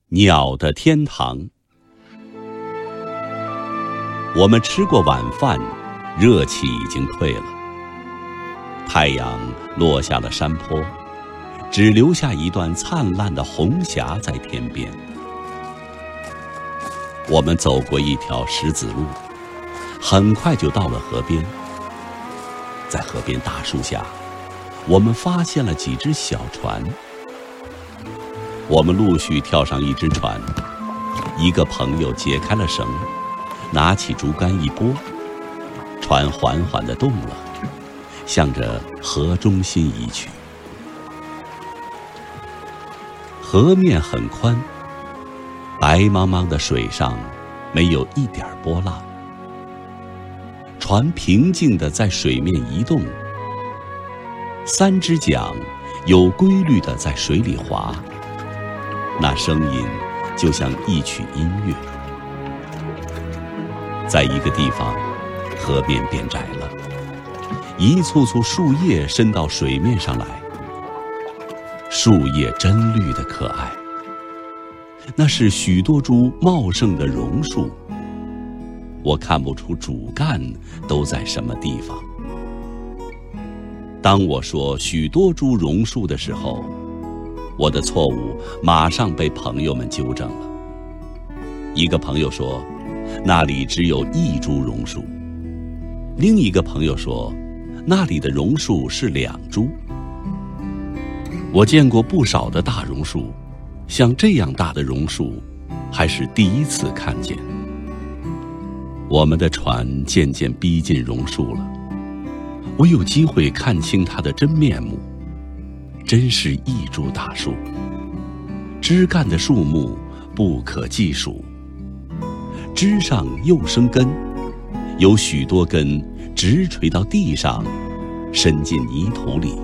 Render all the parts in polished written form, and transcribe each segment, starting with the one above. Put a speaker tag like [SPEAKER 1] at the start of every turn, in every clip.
[SPEAKER 1] 鸟的天堂。我们吃过晚饭，热气已经退了，太阳落下了山坡，只留下一段灿烂的红霞在天边。我们走过一条石子路，很快就到了河边。在河边大树下，我们发现了几只小船。我们陆续跳上一只船，一个朋友解开了绳，拿起竹竿一拨，船缓缓地动了，向着河中心移去。河面很宽，白茫茫的水上没有一点波浪，船平静地在水面移动，三只桨有规律地在水里划，那声音就像一曲音乐。在一个地方，河面变窄了，一簇簇树叶伸到水面上来，树叶真绿的可爱，那是许多株茂盛的榕树，我看不出主干都在什么地方。当我说许多株榕树的时候，我的错误马上被朋友们纠正了。一个朋友说，那里只有一株榕树；另一个朋友说，那里的榕树是2株。我见过不少的大榕树，像这样大的榕树，还是第一次看见。我们的船渐渐逼近榕树了，我有机会看清它的真面目。真是一株大树，枝干的数目不可计数，枝上又生根，有许多根直垂到地上，伸进泥土里。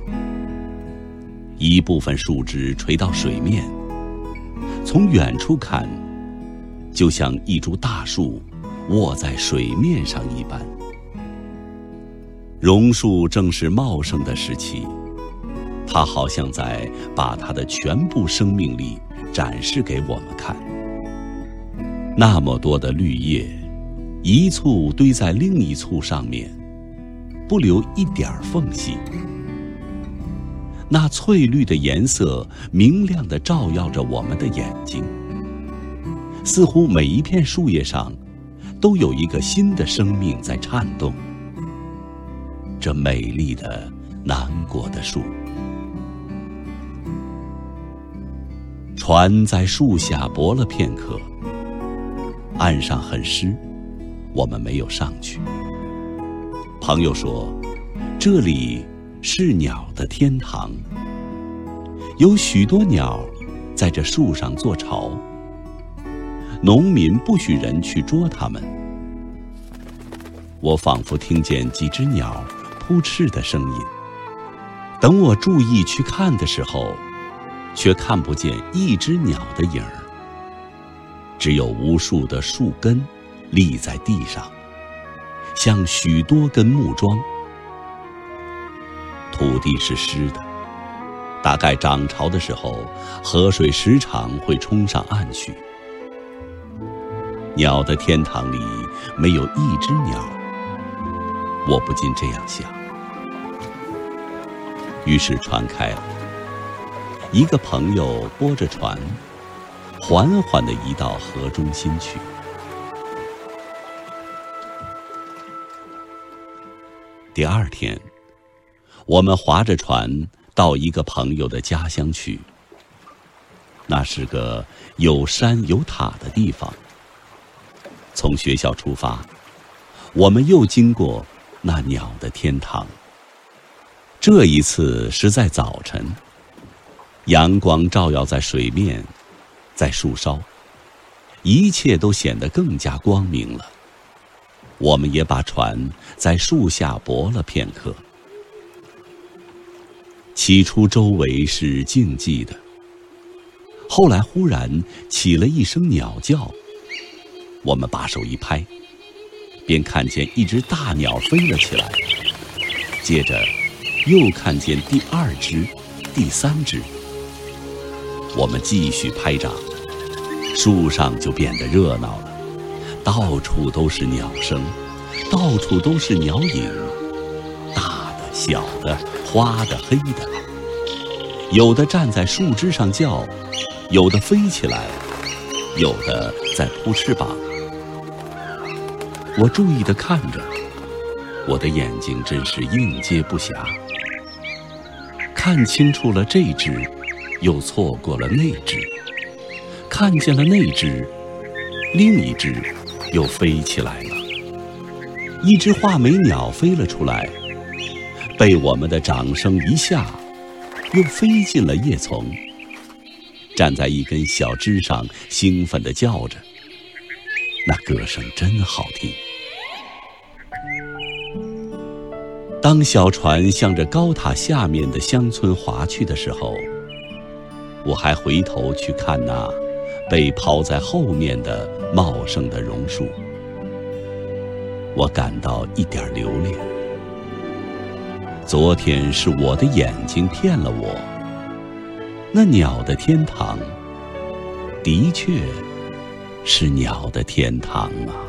[SPEAKER 1] 一部分树枝垂到水面，从远处看，就像一株大树卧在水面上一般。榕树正是茂盛的时期，它好像在把它的全部生命力展示给我们看。那么多的绿叶，一簇堆在另一簇上面，不留一点缝隙。那翠绿的颜色明亮地照耀着我们的眼睛，似乎每一片树叶上都有一个新的生命在颤动。这美丽的南国的树。船在树下泊了片刻，岸上很湿，我们没有上去。朋友说，这里是鸟的天堂，有许多鸟在这树上做巢，农民不许人去捉它们。我仿佛听见几只鸟扑翅的声音，等我注意去看的时候，却看不见一只鸟的影儿，只有无数的树根立在地上，像许多根木桩。土地是湿的，大概涨潮的时候，河水时常会冲上岸去。鸟的天堂里没有一只鸟，我不禁这样想。于是船开了，一个朋友拨着船，缓缓地移到河中心去。第二天，我们划着船到一个朋友的家乡去。那是个有山有塔的地方。从学校出发，我们又经过那鸟的天堂。这一次是在早晨，阳光照耀在水面，在树梢，一切都显得更加光明了。我们也把船在树下泊了片刻。起初周围是静寂的，后来忽然起了一声鸟叫，我们把手一拍，便看见一只大鸟飞了起来，接着又看见第2只、第3只。我们继续拍掌， 树上就变得热闹了，到处都是鸟声，到处都是鸟影，大的、小的，花的、黑的，有的站在树枝上叫，有的飞起来，有的在扑翅膀。我注意地看着，我的眼睛真是应接不暇，看清楚了这只，又错过了那只，看见了那只，另一只又飞起来了。一只画眉鸟飞了出来，被我们的掌声一吓，又飞进了叶丛，站在一根小枝上，兴奋地叫着，那歌声真好听。当小船向着高塔下面的乡村划去的时候，我还回头去看那被抛在后面的茂盛的榕树，我感到一点留恋。昨天是我的眼睛骗了我，那鸟的天堂的确是鸟的天堂啊。